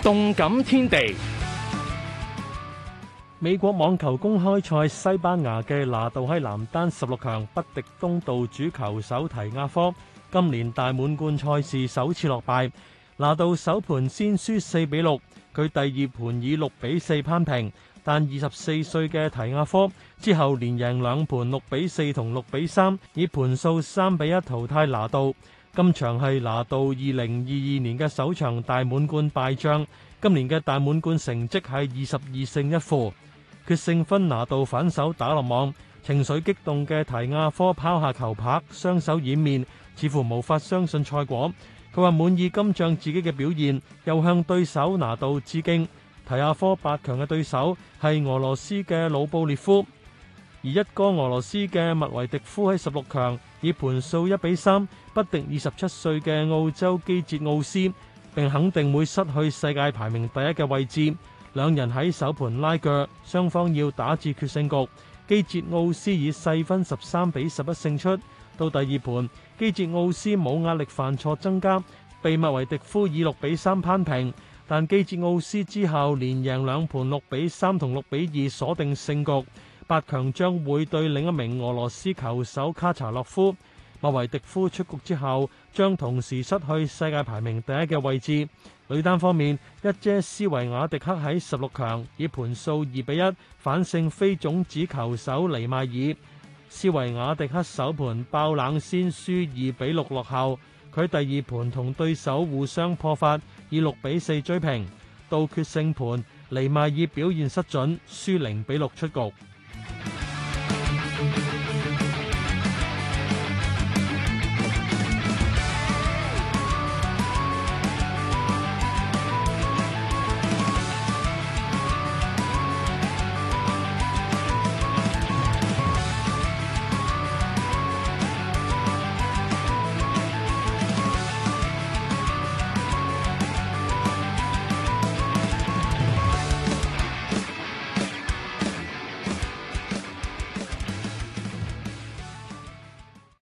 動感天地。 美國網球公開賽，西班牙嘅拿度喺男單16強不敵東道主球手提亞科，今年大滿貫賽事首次落敗。拿度首盤先輸4比6，佢第二盤以6比4攀平，但24歲嘅提亞科之後連贏兩盤6比4同6比3，以盤數3比1淘汰拿度。今場係拿度2022年嘅首場大滿貫敗仗，今年嘅大滿貫成績係22勝1負。決勝分拿度反手打落網，情緒激動嘅提亞科拋下球拍，雙手掩面，似乎無法相信賽果。佢話滿意今仗自己嘅表現，又向對手拿度致敬。提亞科8強嘅對手係俄羅斯嘅魯布列夫，而一哥俄羅斯嘅麥維迪夫喺16強以盤數1比3不敵27歲嘅澳洲基捷奧斯，並肯定會失去世界排名第一嘅位置。兩人喺首盤拉鋸，雙方要打至決勝局。基捷奧斯以細分13比11勝出。到第二盤，基捷奧斯冇壓力犯錯增加，被麥維迪夫以6比3攀平。但基捷奧斯之後連贏兩盤6比3同6比2鎖定勝局。8強將會對另一名俄羅斯球手卡查洛夫。麥維迪夫出局之後，將同時失去世界排名第一嘅位置。女單方面，一姐斯維亞迪克喺16強以盤數2比1反勝非種子球手尼邁爾。斯維亞迪克首盤爆冷先輸2比6落後，佢第二盤同對手互相破發，以6比4追平。到決勝盤，尼邁爾表現失準，輸0比6出局。